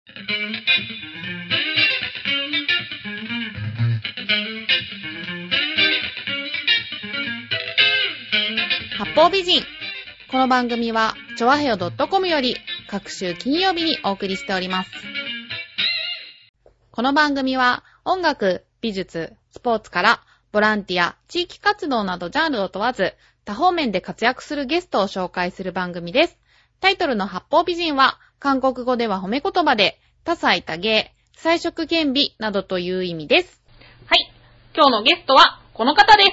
八方美人。この番組はちょわへよ .com より各週金曜日にお送りしております。この番組は音楽、美術、スポーツからボランティア、地域活動などジャンルを問わず多方面で活躍するゲストを紹介する番組です。タイトルの八方美人は韓国語では褒め言葉で多彩多芸、彩色兼備などという意味です。はい。今日のゲストはこの方です。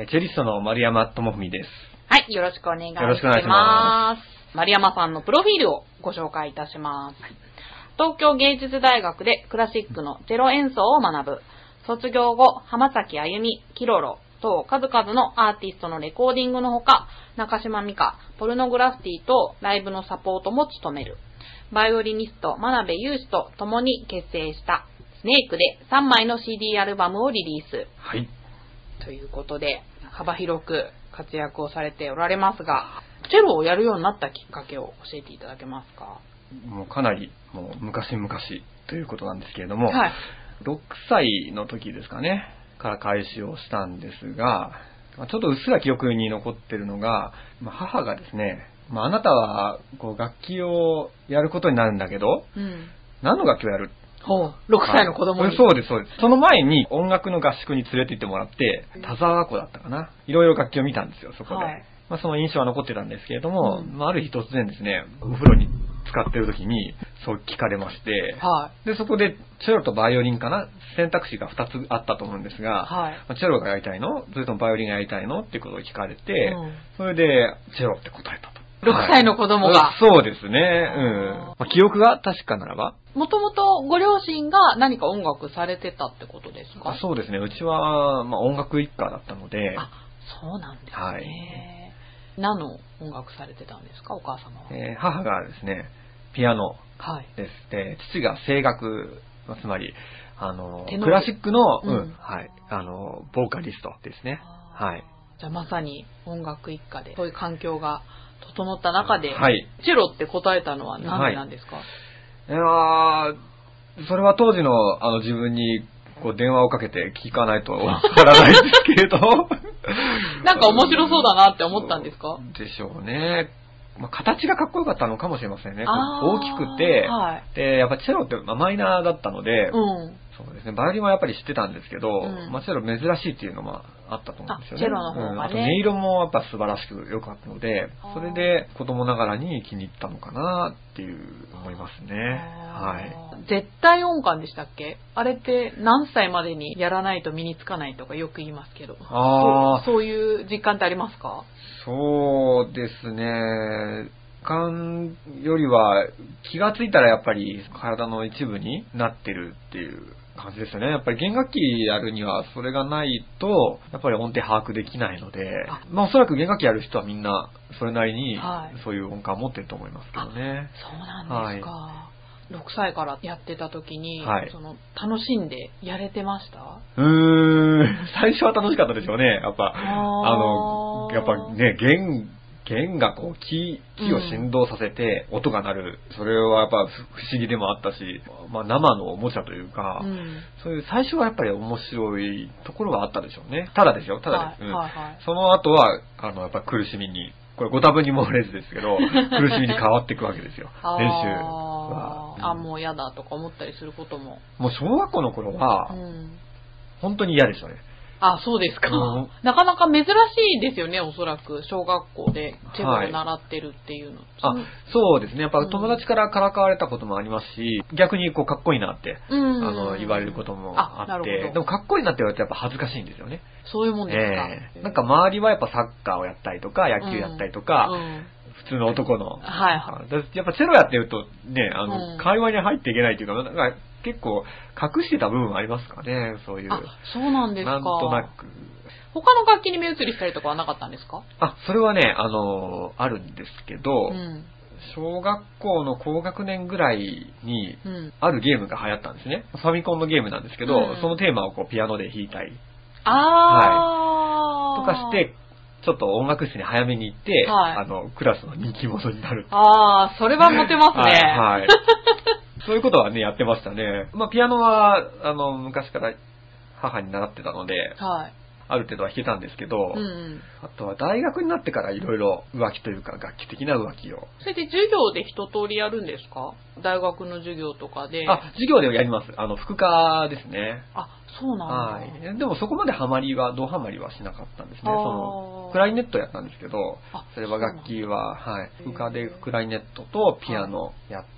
チェリストの丸山智文です。 はい。よろしくお願いします。丸山さんのプロフィールをご紹介いたします。東京芸術大学でクラシックのチェロ演奏を学ぶ。卒業後、浜崎あゆみ、キロロ等数々のアーティストのレコーディングのほか、中島美嘉、ポルノグラフィティとライブのサポートも務める。バイオリニスト、真鍋雄志と共に結成したスネークで3枚の CD アルバムをリリース。 はい。 ということで、幅広く活躍をされておられますが、チェロをやるようになったきっかけを教えていただけますか？ もうかなりもう昔々ということなんですけれども、 はい、 6歳の時ですかねから開始をしたんですが、ちょっとうっすら記憶に残ってるのが、母がですね、あなたはこう楽器をやることになるんだけど、何の楽器をやる？ ほう、6歳の子供に。 そうです、そうです。その前に音楽の合宿に連れて行ってもらって、田沢湖だったかな。いろいろ楽器を見たんですよ、そこで。はい、その印象は残ってたんですけれども、ある日突然ですね、お風呂に使ってる時に、そう聞かれまして、はい、で、そこで、チェロとバイオリンかな選択肢が2つあったと思うんですが、はい、チェロがやりたいの？それともバイオリンがやりたいの？っていうことを聞かれて、それで、チェロって答えたと。 6歳の子供が。 はい、そうですね。記憶が確かならば。 もともとご両親が何か音楽されてたってことですか？ そうですね。うちは、音楽一家だったので。 あ、そうなんですね。はい、何の音楽されてたんですか、お母様は？ 母がですね、ピアノです。で、父が声楽、つまり、クラシックの、はい、ボーカリストですね。はい。 じゃあまさに音楽一家で、そういう環境が整った中で、はい、チェロって答えたのは何でなんですか？ はい、それは当時の自分にこう電話をかけて聞かないとわからないですけれどなんか面白そうだなって思ったんですか？ でしょうね。形がかっこよかったのかもしれませんね。大きくて、はい、でやっぱチェロってマイナーだったので、そうですね。バイオリンはやっぱり知ってたんですけど、チェロ珍しいっていうのもあったと思うんですよね。 チェロの方がね。 あと音色もやっぱ素晴らしく良かったので、それで子供ながらに気に入ったのかなっていう思いますね。はい。 絶対音感でしたっけ？あれって何歳までにやらないと身につかないとかよく言いますけど、そういう実感ってありますか？ そうですね。感よりは気がついたらやっぱり体の一部になってるっていう感じですよね。やっぱり弦楽器やるにはそれがないとやっぱり音程把握できないので、おそらく弦楽器やる人はみんなそれなりにそういう音感を持ってると思いますけどね。 そうなんですか。はい、6歳からやってた時に、 はい、 楽しんでやれてました？ 最初は楽しかったでしょうね。やっぱね、弦がこう木を振動させて音が鳴る、それはやっぱ不思議でもあったし、生のおもちゃというか、そういう最初はやっぱり面白いところはあったでしょうね。ただですよ、ただです。その後はやっぱ苦しみに、これご多分に漏れずですけど、苦しみに変わっていくわけですよ。練習は。 もう嫌だとか思ったりすることも。 もう小学校の頃は、本当に嫌でしたね。 あ、そうですか。なかなか珍しいですよね、おそらく。小学校でチェロを習ってるっていうの。 そうですね。やっぱ友達からからかわれたこともありますし、逆にこうかっこいいなって、言われることもあって、でもかっこいいなって言われるとやっぱ恥ずかしいんですよね。 そういうもんですか。 なんか周りはやっぱサッカーをやったりとか、野球やったりとか、普通の男の。やっぱチェロやってるとね、会話に入っていけないっていうか、なんか結構隠してた部分はありますかね、そういう。 そうなんですか。 なんとなく。 他の楽器に目移りしたりとかはなかったんですか？ それはね、あるんですけど、小学校の高学年ぐらいに、あるゲームが流行ったんですね。ファミコンのゲームなんですけど、そのテーマをこうピアノで弾いたり。とかして、ちょっと音楽室に早めに行って、クラスの人気者になる。 それはモテますね。 そういうことはね、やってましたね。まあ、ピアノは、昔から母に習ってたので、 はい。 ある程度は弾けたんですけど、 うんうん。 あとは大学になってからいろいろ浮気というか楽器的な浮気を。 それで授業で一通りやるんですか？大学の授業とかで。 あ、授業ではやります。副科ですね。 あ、そうなんだ。 はい。でもそこまで同ハマりはしなかったんですね。クライネットやったんですけど、それは楽器は、はい。副科でクライネットとピアノやって、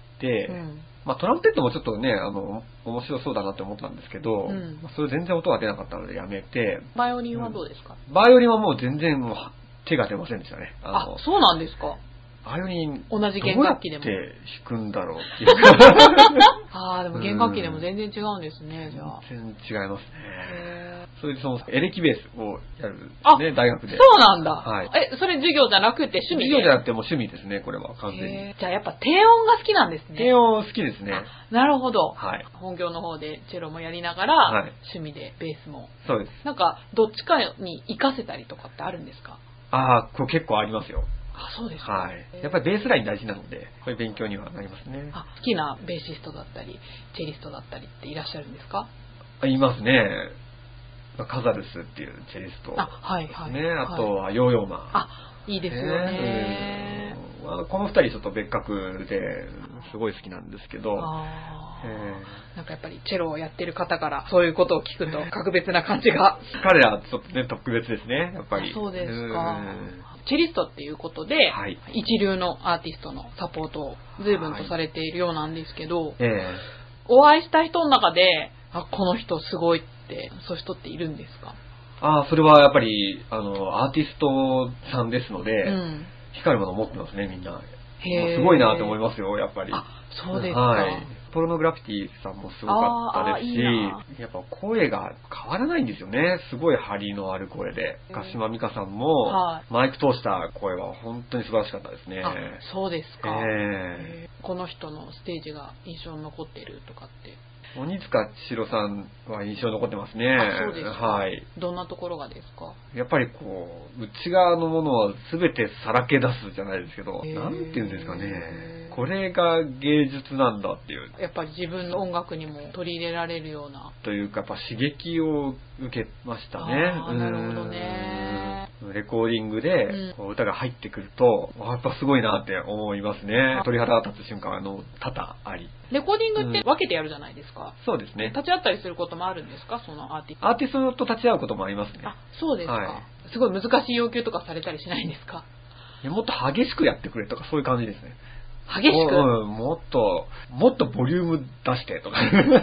まあトランペットもちょっとね、面白そうだなって思ったんですけど、それ全然音が出なかったのでやめて。 バイオリンはどうですか？ バイオリンはもう全然手が出ませんでしたね。 そうなんですか？ バイオリン、 同じ弦楽器でも。 どうやって弾くんだろうっていう。 でも弦楽器でも全然違うんですね、じゃあ。 全然違いますね。それでエレキベースをやるね、大学で。 そうなんだ。 はい。 それ授業じゃなくて趣味で？ 授業じゃなくても趣味ですね、これは完全に。 じゃあやっぱ低音が好きなんですね。 低音好きですね。 なるほど。 はい。 本業の方でチェロもやりながら、趣味でベースも。 そうです。 なんか、どっちかに活かせたりとかってあるんですか？ これ結構ありますよ。 そうですか。 はい。やっぱりベースライン大事なので、これ勉強にはなりますね。 好きなベーシストだったり、チェリストだったりっていらっしゃるんですか？ いますね。カザルスっていうチェリスト。 はいはい。 ね、あとはヨーヨーマン。いいですよね。 この二人ちょっと別格ですごい好きなんですけど。 なんかやっぱりチェロをやってる方からそういうことを聞くと格別な感じが。 彼らちょっとね、特別ですね、やっぱり。 そうですか。チェリストっていうことで、一流のアーティストのサポートを随分とされているようなんですけど、お会いした人の中で、この人すごいって、そういう人っているんですか？ それはやっぱり、アーティストさんですので、光るものを持ってますね、みんな。すごいなと思いますよ、やっぱり。 そうですか。 ポルノグラフィティさんもすごかったですし、やっぱ声が変わらないんですよね。すごい張りのある声で。鹿島美香さんも、マイク通した声は本当に素晴らしかったですね。 そうですか。この人のステージが印象に残っているとかって。 鬼塚千尋さんは印象に残ってますね。 そうですか。はい。どんなところがですか？ やっぱり内側のものを全てさらけ出すじゃないですけど、なんていうんですかね。これが芸術なんだっていう。 やっぱり自分の音楽にも取り入れられるような。 というか、やっぱ刺激を受けましたね。 なるほどね。 レコーディングで歌が入ってくると、やっぱすごいなって思いますね。鳥肌が立つ瞬間、多々あり。 レコーディングって分けてやるじゃないですか。 そうですね。 立ち会ったりすることもあるんですか？そのアーティスト。 アーティストと立ち会うこともありますね。 そうですか。すごい難しい要求とかされたりしないんですか？ もっと激しくやってくれとかそういう感じですね。 激しく？ もっとボリューム出してとか。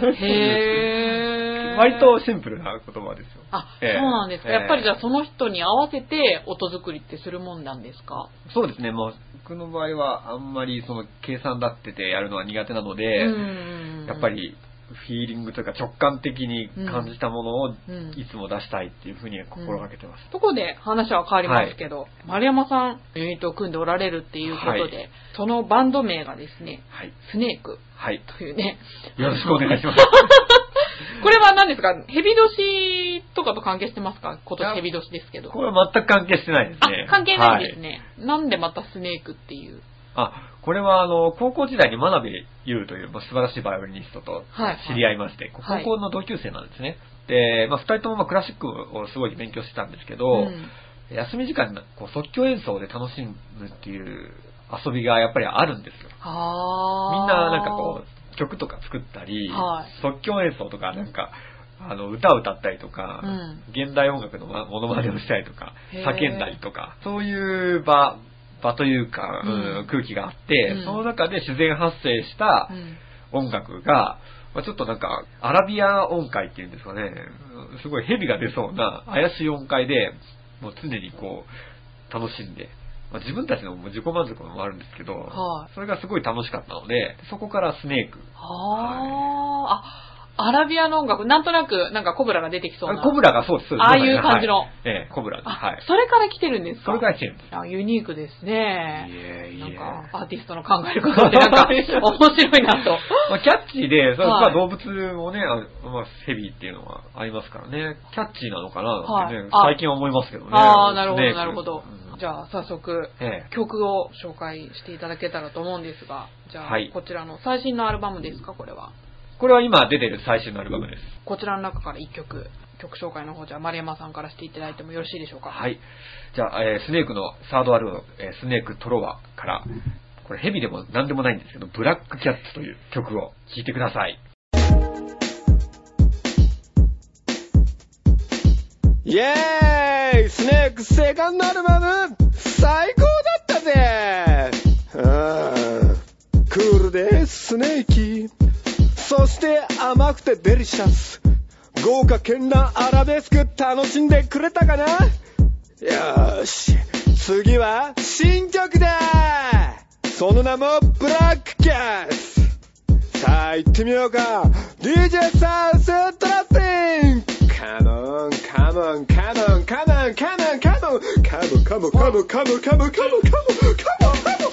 へー。 割とシンプルな言葉ですよ。 そうなんですか。やっぱりじゃあその人に合わせて音作りってするもんなんですか？ そうですね。僕の場合はあんまり計算立っててやるのは苦手なので、やっぱりフィーリングというか直感的に感じたものをいつも出したいっていうふうに心がけてます。 ところで話は変わりますけど、丸山さんユニットを組んでおられるっていうことで、そのバンド名がですね、スネークというね。 よろしくお願いします。 これは何ですか？ヘビ年とかと関係してますか？今年ヘビ年ですけど。 これは全く関係してないですね。 関係ないですね。なんでまたスネークっていう。 これは高校時代に真鍋優という素晴らしいバイオリニストと知り合いまして、高校の同級生なんですね。で、二人ともクラシックをすごい勉強してたんですけど、休み時間に即興演奏で楽しむっていう遊びがやっぱりあるんですよ。みんな曲とか作ったり、即興演奏とか歌を歌ったりとか、現代音楽のモノマネをしたりとか、叫んだりとか、そういう場というか、空気があって、その中で自然発生した音楽が、ちょっとアラビア音階っていうんですかね、すごい蛇が出そうな怪しい音階で、もう常に楽しんで、自分たちの自己満足もあるんですけど、それがすごい楽しかったので、そこからスネーク。 アラビアの音楽、なんとなく、コブラが出てきそうな。 コブラがそうです。 ああいう感じの。 コブラです。 それから来てるんですか？ それから来てるんです。 ユニークですね。アーティストの考えることって面白いなと。 キャッチーで、動物もね、ヘビっていうのはありますからね。キャッチーなのかなってね、最近は思いますけどね。 なるほど、なるほど。 じゃあ早速、曲を紹介していただけたらと思うんですが、じゃあ、こちらの最新のアルバムですか、これは。 これは今出てる最新のアルバムです。 こちらの中から1曲紹介の方、じゃあ丸山さんからしていただいてもよろしいでしょうか。 はい。じゃあ、スネークのサードアルバム、スネークトロワから、これヘビでも何でもないんですけど、ブラックキャッツという曲を聴いてください。 イエーイ、スネークセカンドアルバム最高だったぜ。クールでスネーキー、そして甘くてデリシャス、豪華絢爛アラベスク楽しんでくれたかな。よーし、次は新曲だ。その名もブラックキャッツ。さあ行ってみようか。 DJ サウストラッピング。Come on, come on, come on, come on, come on, come on, come on, come on, come on, come on, come on, come on, come on, come on, come on.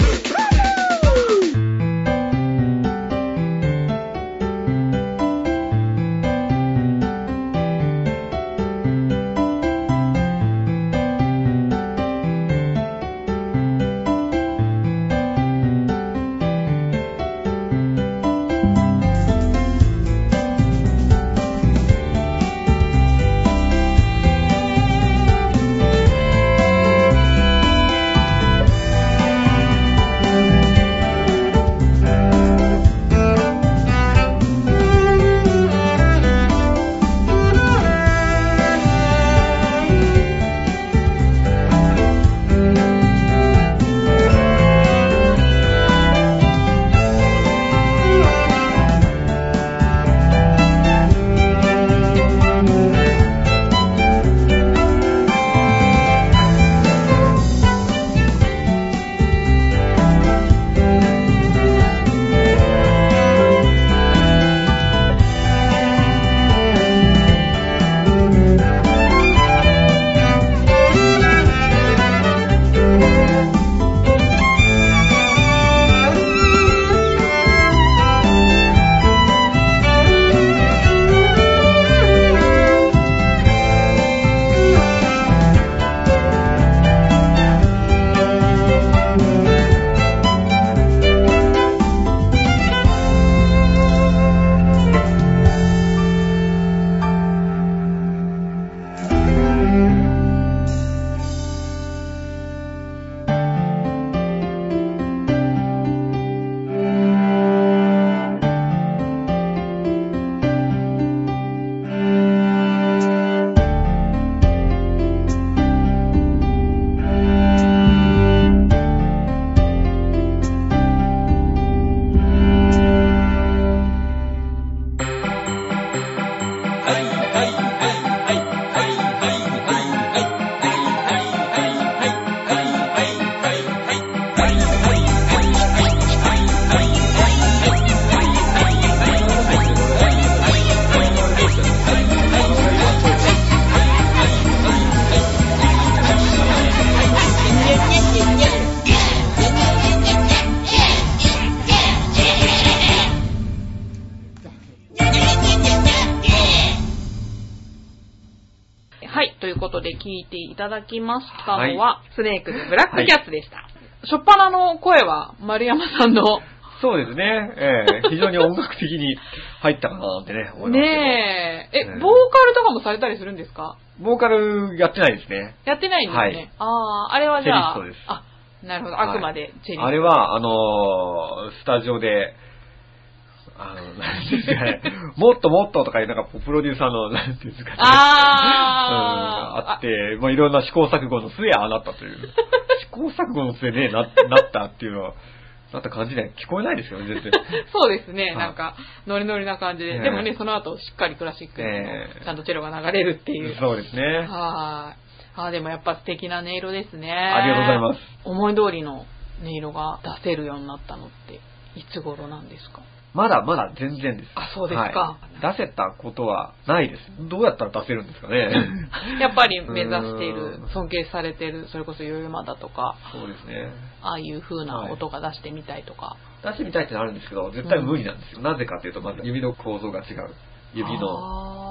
聞いていただきましたのは、スネークでブラックキャッツでした。初っ端の声は丸山さんの。 そうですね。非常に音楽的に入ったかなってね、思いますけど。 ねえ。ボーカルとかもされたりするんですか？ ボーカルやってないですね。 やってないんですね。あれはじゃあ。 チェリストです。 あ、なるほど。あくまでチェリスト。 あれは、スタジオで、なんていうんですかね、もっともっととかいう、なんか、プロデューサーの、なんていうんですかね。あって、いろんな試行錯誤の末、ああなったという。試行錯誤の末ね、なったっていうのは、なった感じで聞こえないですよね、全然。 そうですね、なんか、ノリノリな感じで。でもね、その後、しっかりクラシックの、ちゃんとチェロが流れるっていう。 そうですね。 でもやっぱ素敵な音色ですね。 ありがとうございます。 思い通りの音色が出せるようになったのって、いつ頃なんですか？ まだ全然です。 あ、そうですか。 出せたことはないです。どうやったら出せるんですかね。 やっぱり目指している、尊敬されている、それこそヨヨマだとか、 そうですね。 ああいう風な音が出してみたいとか。 出してみたいってのあるんですけど、絶対無理なんですよ。なぜかというと、まず指の構造が違う。指の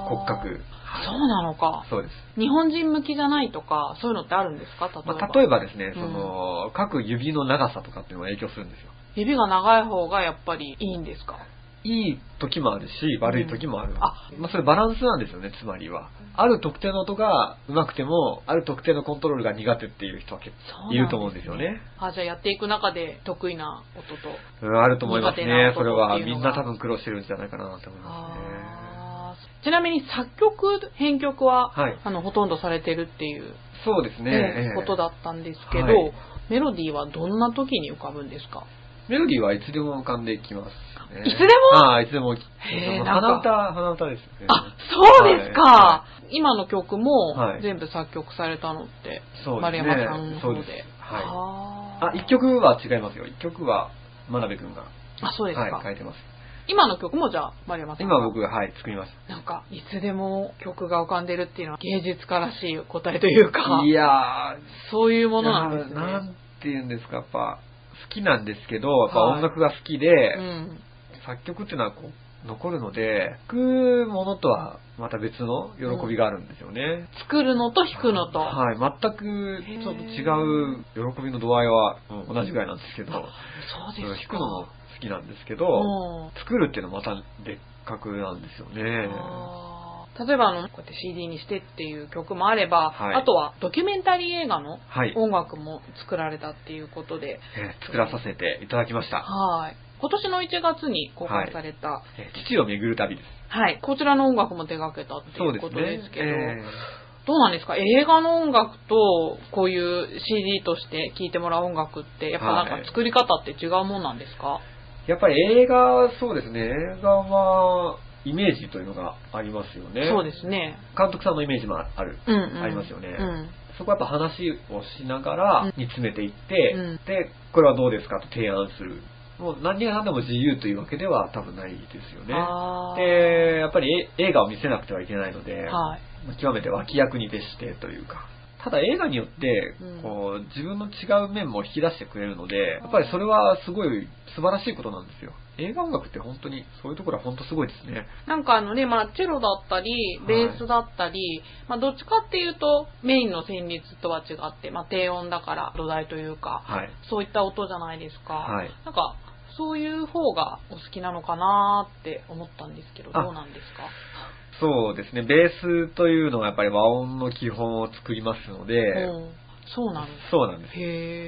骨格。 そうなのか。 そうです。 日本人向きじゃないとか、そういうのってあるんですか？ 例えばですね、各指の長さとかっていうのが影響するんですよ。 指が長い方がやっぱりいいんですか？ いい時もあるし、悪い時もある。それバランスなんですよね、つまりは。ある特定の音が上手くても、ある特定のコントロールが苦手っていう人は結構いると思うんですよね。 じゃあやっていく中で得意な音と。 あると思いますね。それはみんな多分苦労してるんじゃないかなと思いますね。 ちなみに作曲、編曲は、ほとんどされてるっていう。 そうですね。 ことだったんですけど、メロディーはどんな時に浮かぶんですか？ メロディーはいつでも浮かんできますね。 いつでも？ いつでも。鼻歌ですね。 そうですか。今の曲も全部作曲されたのって、丸山さんの方で。 一曲は違いますよ。一曲は真鍋くんが。 そうですか。 書いてます。 今の曲もじゃあ丸山さんが。 今僕が作りました。 なんかいつでも曲が浮かんでるっていうのは芸術家らしい答えというか。 いやそういうものなんですね。 なんて言うんですか、やっぱ好きなんですけど、やっぱ音楽が好きで、作曲っていうのはこう残るので、弾くものとはまた別の喜びがあるんですよね。 作るのと弾くのと。 全くちょっと違う喜びの度合いは同じぐらいなんですけど、 そうですか。 弾くのも好きなんですけど、作るっていうのはまた別格なんですよね。 例えばこうやって CD にしてっていう曲もあれば、あとはドキュメンタリー映画の音楽も作られたっていうことで、 作らさせていただきました。 今年の1月に公開された、 父を巡る旅です。 こちらの音楽も手掛けたっていうことですけど、どうなんですか？映画の音楽とこういう CD として聴いてもらう音楽ってやっぱなんか作り方って違うもんなんですか？ やっぱり映画、そうですね。映画はイメージというのがありますよね。 そうですね。 監督さんのイメージもありますよね。そこはやっぱ話をしながら煮詰めていって、で、これはどうですかと提案する。もう何が何でも自由というわけでは多分ないですよね。で、やっぱり映画を見せなくてはいけないので、極めて脇役に徹してというか。ただ映画によってこう自分の違う面も引き出してくれるので、やっぱりそれはすごい素晴らしいことなんですよ。映画音楽って本当にそういうところは本当すごいですね。 なんかチェロだったりベースだったり、どっちかっていうとメインの旋律とは違って、低音だから土台というか、そういった音じゃないですか。なんかそういう方がお好きなのかなって思ったんですけど、どうなんですか？ そうですね。ベースというのはやっぱり和音の基本を作りますので、 そうなんです。 そうなんです。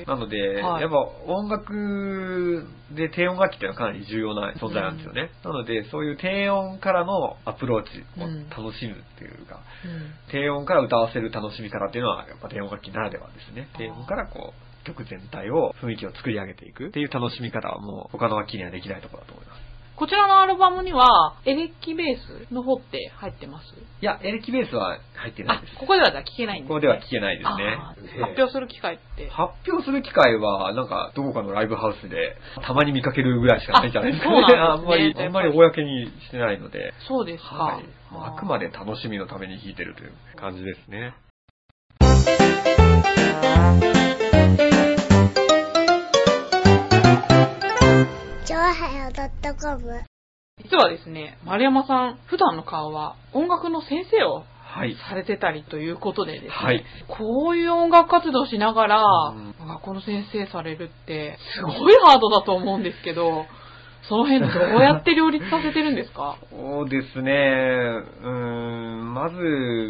なので、やっぱ音楽で低音楽器っていうのはかなり重要な存在なんですよね。なので、そういう低音からのアプローチを楽しむっていうか、低音から歌わせる楽しみ方っていうのはやっぱ低音楽器ならではですね。低音からこう曲全体を雰囲気を作り上げていくっていう楽しみ方はもう他の楽器にはできないところだと思います。 こちらのアルバムにはエレキベースの方って入ってます？ いや、エレキベースは入ってないです。 ここではじゃあ聴けないんですね。 ここでは聴けないですね。 発表する機会って？ 発表する機会はなんかどこかのライブハウスでたまに見かけるぐらいしかないんじゃないですかね。あんまり公にしてないので。 そうですか。 あくまで楽しみのために弾いてるという感じですね。 実はですね、丸山さん、普段の顔は音楽の先生をされてたりということでですね、こういう音楽活動しながら、学校の先生されるってすごいハードだと思うんですけど、その辺どうやって両立させてるんですか？ そうですね、まず、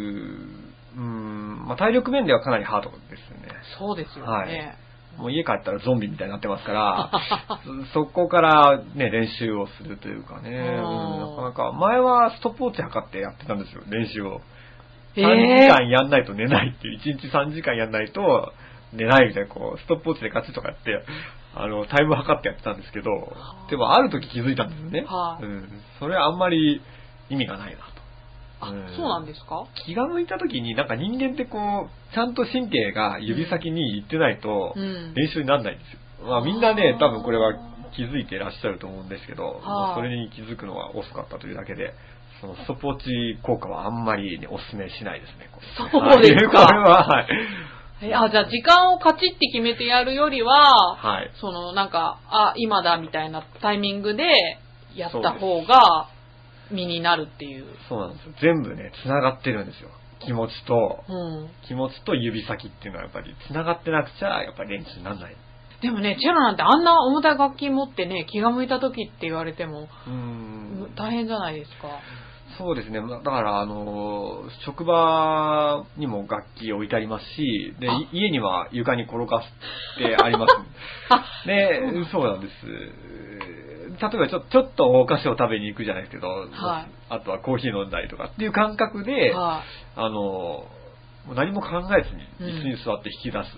体力面ではかなりハードですね。 そうですよね。 もう家帰ったらゾンビみたいになってますから、そこからね、練習をするというかね、なかなか、前はストップウォッチ測ってやってたんですよ、練習を。3時間やんないと寝ないっていう、1日3時間やんないと寝ないみたいな、こう、ストップウォッチでガチッとかやって、タイム測ってやってたんですけど、でもある時気づいたんですよね。それはあんまり意味がないなと。 そうなんですか？ 気が向いた時になんか人間ってこうちゃんと神経が指先に行ってないと練習にならないんですよ。みんなね多分これは気づいていらっしゃると思うんですけど、それに気づくのは遅かったというだけで、そのストップウォッチ効果はあんまり、おすすめしないですね。 そうですか。 これはじゃあ時間をカチッて決めてやるよりは、そのなんか今だみたいなタイミングでやった方が身になるっていう。 そうなんですよ。全部ね、繋がってるんですよ。気持ちと指先っていうのはやっぱり繋がってなくちゃ、やっぱり練習にならない。 でもね、チェロなんてあんな重たい楽器持ってね、気が向いた時って言われても、大変じゃないですか。 そうですね。だから、職場にも楽器置いてありますし、で、家には床に転がしてあります。で、そうなんです。例えばちょっとお菓子を食べに行くじゃないですけど、はい、あとはコーヒー飲んだりとかっていう感覚で、はい、もう何も考えずに椅子に座って引き出す。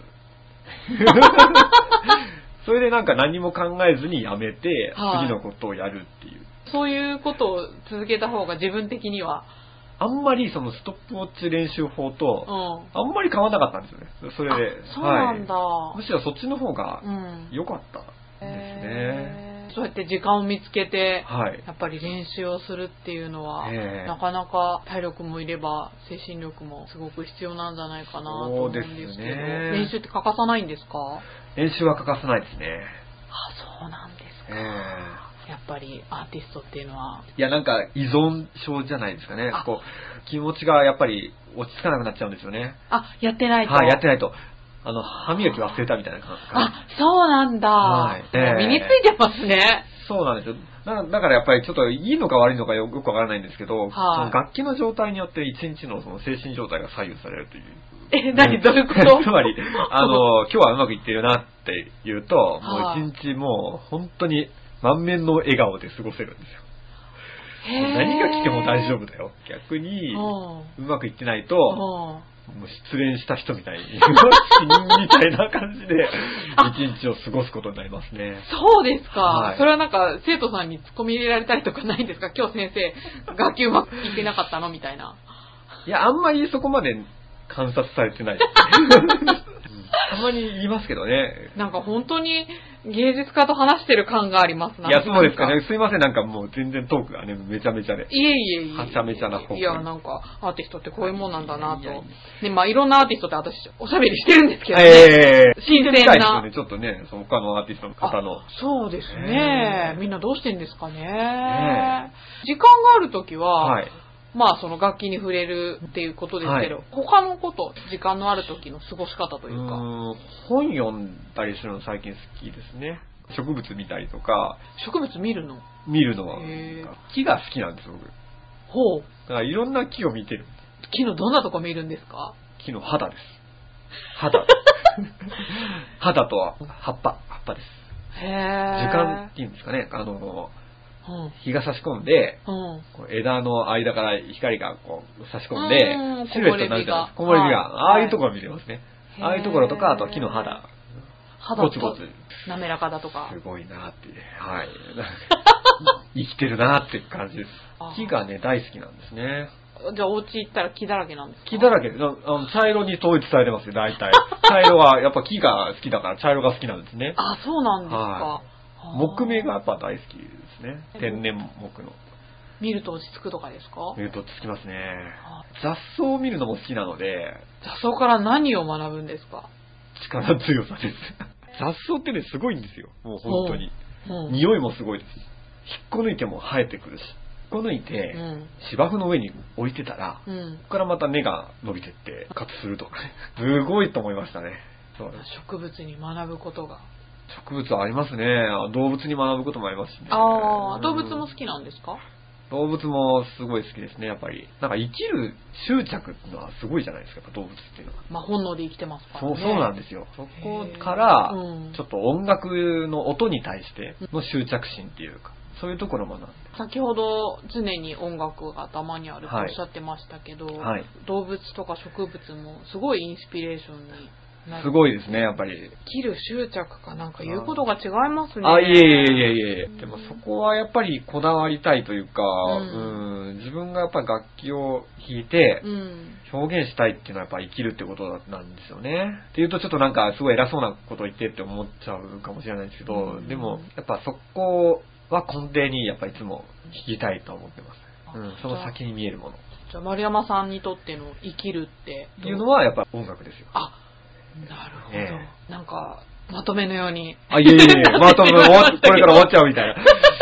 それでなんか何も考えずにやめて、はい、次のことをやるっていう。 そういうことを続けた方が自分的にはあんまりそのストップウォッチ練習法と、あんまり変わらなかったんですよね。それで。 そうなんだ、 はい。むしろそっちの方が良かったですね。 そうやって時間を見つけて、やっぱり練習をするっていうのは、なかなか体力もいれば精神力もすごく必要なんじゃないかなと思うんですけど、練習って欠かさないんですか？ 練習は欠かさないですね。 あ、そうなんですか。やっぱりアーティストっていうのは。 いや、なんか依存症じゃないですかね。こう気持ちがやっぱり落ち着かなくなっちゃうんですよね。 やってないと。 はい、やってないと。歯磨き忘れたみたいな感じ。そうなんだ。はい。身についてますね。 そうなんですよ。だからやっぱりちょっといいのか悪いのかよくわからないんですけど、その楽器の状態によって一日のその精神状態が左右されるという。 何どういうこと？ つまり、今日はうまくいってるなって言うと、もう一日もう本当に満面の笑顔で過ごせるんですよ。何が来ても大丈夫だよ。逆に、うまくいってないと、もう失恋した人みたいに、死人みたいな感じで、一日を過ごすことになりますね。 そうですか。はい、それはなんか、生徒さんに突っ込み入れられたりとかないんですか？今日先生、楽器うまくいってなかったのみたいな。 いや、あんまりそこまで観察されてない。たまに言いますけどね。 なんか本当に芸術家と話してる感がありますね。いや、そうですかね。すいません、なんかもう全然トークがね、めちゃめちゃで。 いえ。 はちゃめちゃな方。 いや、なんかアーティストってこういうもんなんだなと。ね、まあいろんなアーティストって私おしゃべりしてるんですけどね。新鮮な。 ね、ちょっとね、その他のアーティストの方の。 そうですね。みんなどうしてんですかね。時間があるときは、まあその楽器に触れるっていうことですけど、他のこと、時間のある時の過ごし方というか。 本読んだりするの最近好きですね。植物見たりとか。 植物見るの？ 見るのは。木が好きなんです僕。 ほう。 だからいろんな木を見てる。 木のどんなとこ見るんですか？ 木の肌です。肌。肌とは葉っぱです。樹幹っていうんですかね。日が差し込んで、枝の間から光がこう差し込んで、シルエットになるじゃないですか。木漏れ日が。ああいうところ見れますね。ああいうところとか、あとは木の肌。ゴツゴツ。 滑らかだとか。 すごいなって。はい。生きてるなって感じです。木がね、大好きなんですね。 じゃあお家行ったら木だらけなんですか？ 木だらけ。茶色に統一されてますよ、大体。茶色はやっぱ木が好きだから茶色が好きなんですね。 あ、そうなんですか。 木目がやっぱ大好きですね。天然木の。 見ると落ち着くとかですか？ 見ると落ち着きますね。雑草を見るのも好きなので。 雑草から何を学ぶんですか？ 力強さです。雑草ってね、すごいんですよ。もう本当に。匂いもすごいです。引っこ抜いても生えてくるし。引っこ抜いて、芝生の上に置いてたら、ここからまた根が伸びてって活するとかね。すごいと思いましたね。 植物に学ぶことが。 植物はありますね。動物に学ぶこともありますしね。 動物も好きなんですか？ 動物もすごい好きですね、やっぱり。なんか生きる執着っていうのはすごいじゃないですか、動物っていうのは。 まあ本能で生きてますからね。 そうなんですよ。そこから、ちょっと音楽の音に対しての執着心っていうか、そういうところもなんで。 先ほど常に音楽が頭にあるとおっしゃってましたけど、動物とか植物もすごいインスピレーションに。 すごいですね、やっぱり。 生きる執着かなんか言うことが違いますね。 いえ。でもそこはやっぱりこだわりたいというか、自分がやっぱり楽器を弾いて、表現したいっていうのはやっぱり生きるってことなんですよね。っていうとちょっとなんかすごい偉そうなことを言ってって思っちゃうかもしれないですけど、でもやっぱそこは根底にやっぱりいつも弾きたいと思ってます。その先に見えるもの。 じゃあ丸山さんにとっての生きるっていうのはやっぱ音楽ですよ。 なるほど。なんか、まとめのように。 いえ。まとめ、これから終わっちゃうみたいな。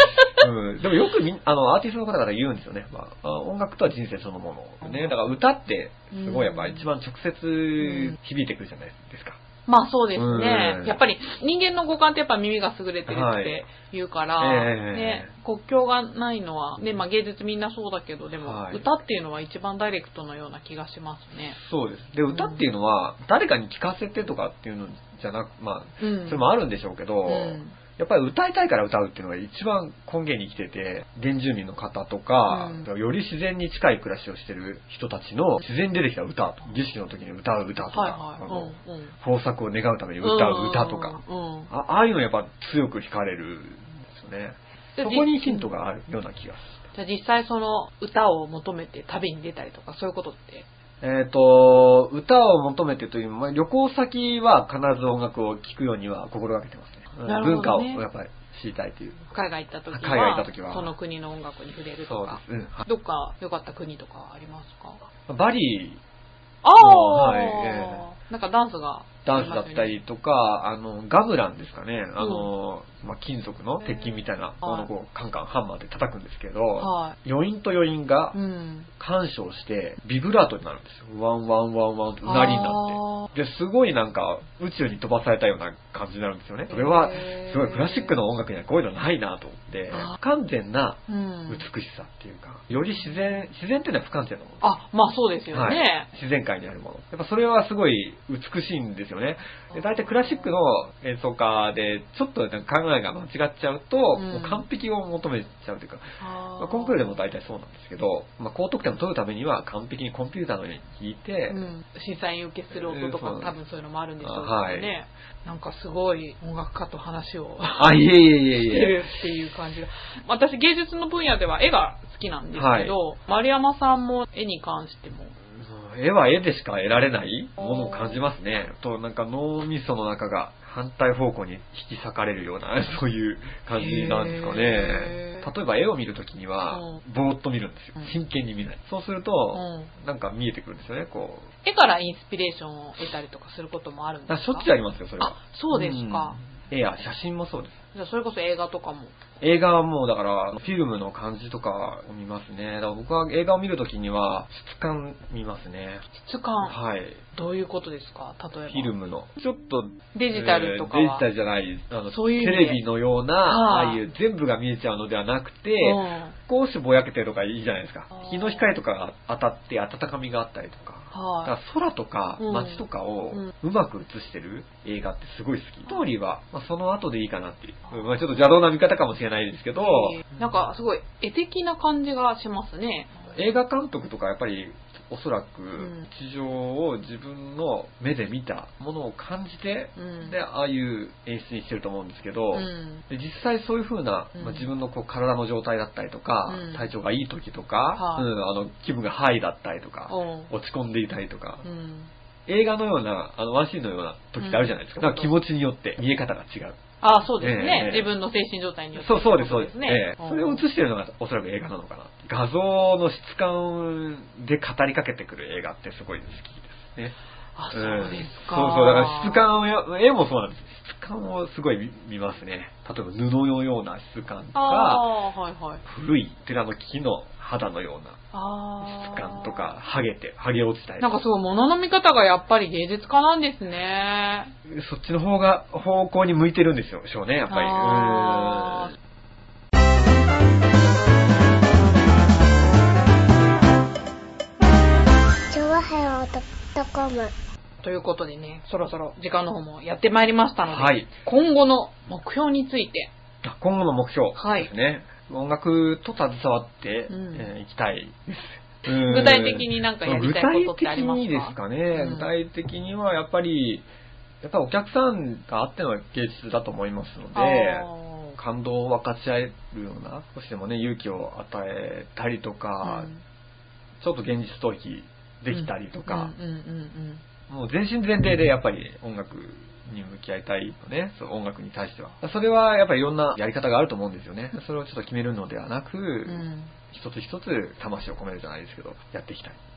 でもよくアーティストの方々言うんですよね。音楽とは人生そのもの。ね。だから歌ってすごいやっぱ一番直接響いてくるじゃないですか。 まあそうですね。やっぱり人間の五感ってやっぱ耳が優れてるって言うから、ね、国境がないのは、ね、まあ芸術みんなそうだけど、でも歌っていうのは一番ダイレクトのような気がしますね。 そうです。で、歌っていうのは誰かに聞かせてとかっていうのじゃなく、まあ、それもあるんでしょうけど、やっぱり歌いたいから歌うっていうのが一番根源に生きてて、原住民の方とか、より自然に近い暮らしをしてる人たちの自然に出てきた歌と、儀式の時に歌う歌とか、豊作を願うために歌う歌とか、ああいうのやっぱ強く惹かれるんですよね。そこにヒントがあるような気がする。 じゃあ実際その歌を求めて旅に出たりとかそういうことって？ 歌を求めてというのも、旅行先は必ず音楽を聴くようには心がけてますね。文化をやっぱり知りたいという。 海外行った時はその国の音楽に触れるとか。どっか良かった国とかありますか？ バリなんかダンスだったりとか、ガムランですかね。金属の鉄筋みたいなものをこうカンカンハンマーで叩くんですけど、余韻と余韻が干渉してビブラートになるんですよ。ワンワンワンワンってうなりになって。で、すごいなんか宇宙に飛ばされたような感じになるんですよね。それはすごいクラシックの音楽にはこういうのないなと思って、不完全な美しさっていうか、より自然っていうのは不完全なもの。 まあそうですよね。 自然界にあるもの。やっぱそれはすごい美しいんですよね。で、大体クラシックの演奏家でちょっと考えが間違っちゃうと、もう完璧を求めちゃうというか、コンクールでも大体そうなんですけど、高得点を取るためには完璧にコンピューターのように弾いて、 審査員受けする音とか多分そういうのもあるんでしょうけどね。なんかすごい音楽家と話をしてるっていう感じが。私芸術の分野では絵が好きなんですけど、丸山さんも絵に関しても。 絵は絵でしか得られないものを感じますね。なんか脳みその中が反対方向に引き裂かれるような、そういう感じなんですかね。例えば絵を見るときには、ぼーっと見るんですよ。真剣に見ない。そうすると、なんか見えてくるんですよね、こう。 絵からインスピレーションを得たりとかすることもあるんですか？ しょっちゅうありますよ、それは。 そうですか。 絵や写真もそうです。 じゃあそれこそ映画とかも。 映画はもうだからフィルムの感じとかを見ますね。だから僕は映画を見るときには質感見ますね。 質感？ はい。 どういうことですか？例えば。 フィルムの。ちょっとデジタルとかは。 デジタルじゃない。そういうテレビのような、ああいう全部が見えちゃうのではなくて、少しぼやけてるとかいいじゃないですか。日の光とかが当たって温かみがあったりとか。だから空とか街とかをうまく映してる映画ってすごい好き。ストーリーは、その後でいいかなっていう。ちょっと邪道な見方かもしれないですけど、 なんかすごい絵的な感じがしますね。 映画監督とかやっぱりおそらく地上を自分の目で見たものを感じて、でああいう演出にしてると思うんですけど、で実際そういう風な、自分のこう体の状態だったりとか、体調がいい時とか、気分がハイだったりとか、落ち込んでいたりとか、映画のようなワンシーンのような時ってあるじゃないですか。だから気持ちによって見え方が違う。 そうですね。自分の精神状態によって。 そうです、そうですね。それを映してるのがおそらく映画なのかな。画像の質感で語りかけてくる映画ってすごい好きですね。 そうですか。 そう、だから質感を、絵もそうなんです。質感をすごい見ますね。例えば布のような質感とか、古い寺の木の肌のような質感とか、剥げ落ちたり。 なんかすごい物の見方がやっぱり芸術家なんですね。 そっちの方向に向いてるんですよ、しょうね、やっぱり。 ということでね、そろそろ時間の方もやってまいりましたので、今後の目標について。 今後の目標ですね。音楽と携わっていきたいです。 具体的になんかやりたいことってありますか？ 具体的にですかね。具体的にはやっぱりお客さんがあっての芸術だと思いますので、感動を分かち合えるような、少しでもね、勇気を与えたりとか、ちょっと現実逃避できたりとか、もう全身全霊でやっぱり音楽に向き合いたいのね、そう音楽に対しては。それはやっぱりいろんなやり方があると思うんですよね。それをちょっと決めるのではなく、一つ一つ魂を込めるじゃないですけど、やっていきたい。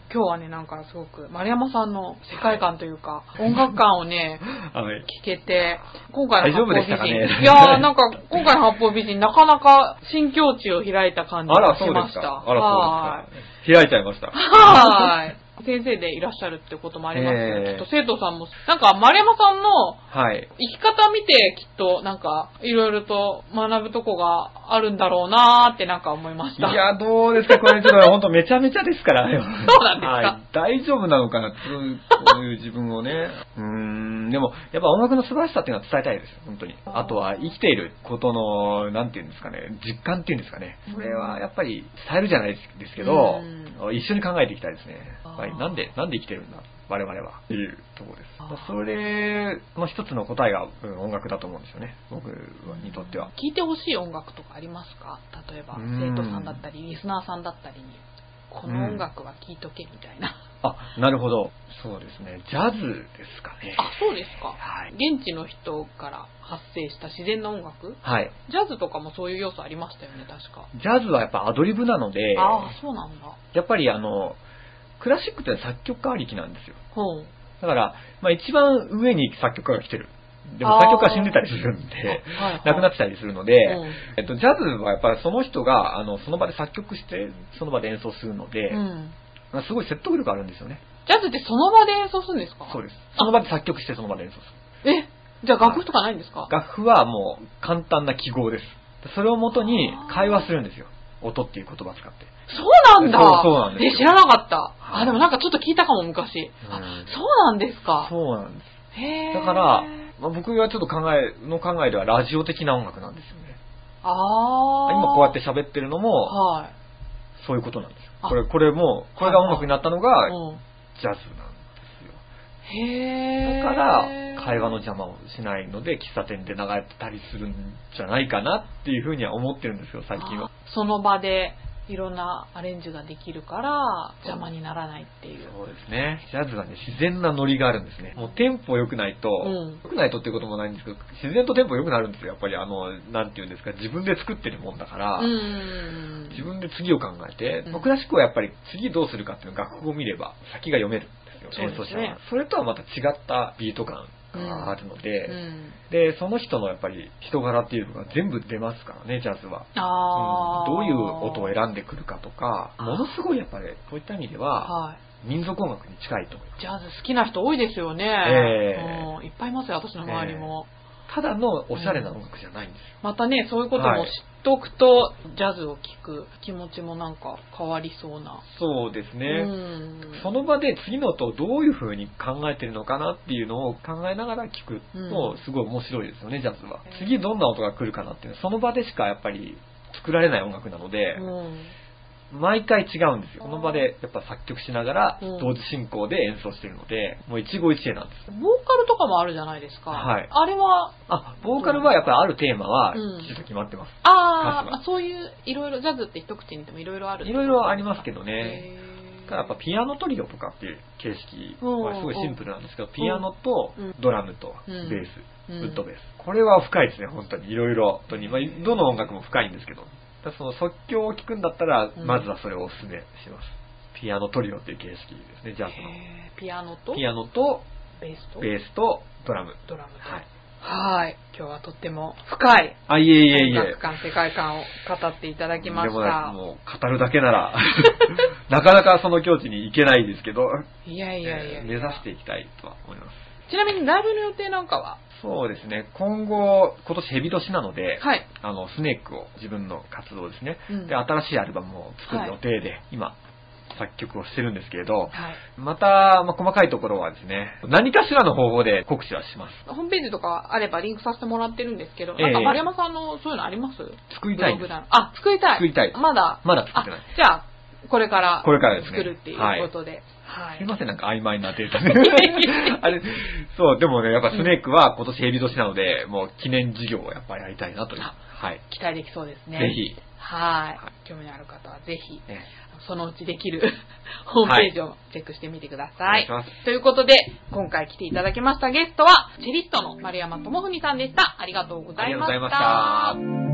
今日はね、なんかすごく丸山さんの世界観というか、音楽観をね、聞けて、今回の八方美人。 大丈夫でしたかね。 いやー、なんか今回の八方美人、なかなか新境地を開いた感じがしました。 あら、そうですか。開いちゃいました。 はい。先生でいらっしゃるってこともありますけど、きっと生徒さんも、なんか丸山さんの生き方見てきっとなんかいろいろと学ぶとこがあるんだろうなーってなんか思いました。 いや、どうですか、これちょっと本当めちゃめちゃですから。 そうなんですか、 はい、大丈夫なのかな、こういう自分をね。でも、やっぱ音楽の素晴らしさっていうのは伝えたいです、本当に。あとは生きていることの、なんていうんですかね、実感っていうんですかね。それはやっぱり伝えるじゃないですけど、一緒に考えていきたいですね。なんで生きてるんだ我々はっていうところです。それの一つの答えが、音楽だと思うんですよね、僕にとっては。 聞いてほしい音楽とかありますか？例えば生徒さんだったりリスナーさんだったりにこの音楽は聴いとけみたいな。 なるほど。そうですね、ジャズですかね。 そうですか。 はい。 現地の人から発生した自然の音楽。 はい。 ジャズとかもそういう要素ありましたよね、確か。 ジャズはやっぱアドリブなので。 そうなんだ。 やっぱりクラシックって作曲家ありきなんですよ。だから、一番上に作曲家が来てる。でも作曲家が死んでたりするんで、亡くなってたりするので、ジャズはやっぱりその人がその場で作曲してその場で演奏するので、すごい説得力あるんですよね。 ジャズってその場で演奏するんですか？ そうです。その場で作曲してその場で演奏する。じゃあ楽譜とかないんですか？ 楽譜はもう簡単な記号です。それをもとに会話するんですよ。音っていう言葉を使って。 そうなんだ。 そうなんですよ。 知らなかった。でもなんかちょっと聞いたかも昔。そうなんですか。 そうなんです。だから、僕がちょっと考えではラジオ的な音楽なんですよね。今こうやって喋ってるのも、そういうことなんですよ。これが音楽になったのが、ジャズなんですよ。だから、会話の邪魔をしないので、喫茶店で流れてたりするんじゃないかなっていうふうには思ってるんですよ、最近は。 その場で、いろんなアレンジができるから邪魔にならないっていう。 そうですね。ジャズはね、自然なノリがあるんですね。もうテンポ良くないと、良くないとっていうこともないんですけど、自然とテンポ良くなるんですよ。やっぱりなんていうんですか、自分で作ってるもんだから、自分で次を考えて、クラシックはやっぱり次どうするかっていうのを楽譜を見れば先が読めるんですよ。演奏者は。それとはまた違ったビート感があるので、で、その人のやっぱり人柄っていうのが全部出ますからね、ジャズは。どういう音を選んでくるかとか、ものすごいやっぱり、そういった意味では、民族音楽に近いと思います。 ジャズ好きな人多いですよね。いっぱいいますよ、私の周りも。 ただのおしゃれな音楽じゃないんですよ。 またね、そういうことも知っておくと、ジャズを聴く気持ちもなんか変わりそうな。 そうですね。その場で次の音をどういう風に考えてるのかなっていうのを考えながら聴くと、すごい面白いですよね、ジャズは。次どんな音が来るかなっていうのは、その場でしかやっぱり作られない音楽なので、毎回違うんですよ。この場でやっぱ作曲しながら同時進行で演奏しているので、もう一期一会なんです。 ボーカルとかもあるじゃないですか。あれはボーカルはやっぱりあるテーマはきちっと決まってます。 そういういろいろジャズって一口に言ってもいろいろある。 いろいろありますけどね。やっぱピアノトリオとかっていう形式はすごいシンプルなんですけど、ピアノとドラムとベース、ウッドベース。これは深いですね、本当に。いろいろ。どの音楽も深いんですけど。その即興を聴くんだったら、まずはそれをお勧めします。ピアノトリオっていう形式ですね、ジャズの。 ピアノとベースとドラム。 はい。今日はとっても深い音楽観、世界観を語っていただきました。 もう語るだけならなかなかその境地に行けないですけど、目指していきたいとは思います。 ちなみにライブの予定なんかは？ そうですね。今年ヘビ年なので、スネークを自分の活動ですね。で、新しいアルバムを作る予定で、今、作曲をしてるんですけれど、また、細かいところはですね、何かしらの方法で告知はします。 ホームページとかあればリンクさせてもらってるんですけど、なんか丸山さんのそういうのあります？ 作りたいです。 作りたい。 作りたい。 まだ作ってない。 じゃあ、これから作るっていうことで。 すいません、なんか曖昧なデータで。でもね、やっぱスネークは今年ヘビ年なので、もう記念事業をやっぱりやりたいなという。 期待できそうですね。 ぜひ。 興味のある方はぜひ、そのうちできるホームページをチェックしてみてください。ということで、今回来ていただきましたゲストは、チェリストの丸山智文さんでした。ありがとうございました。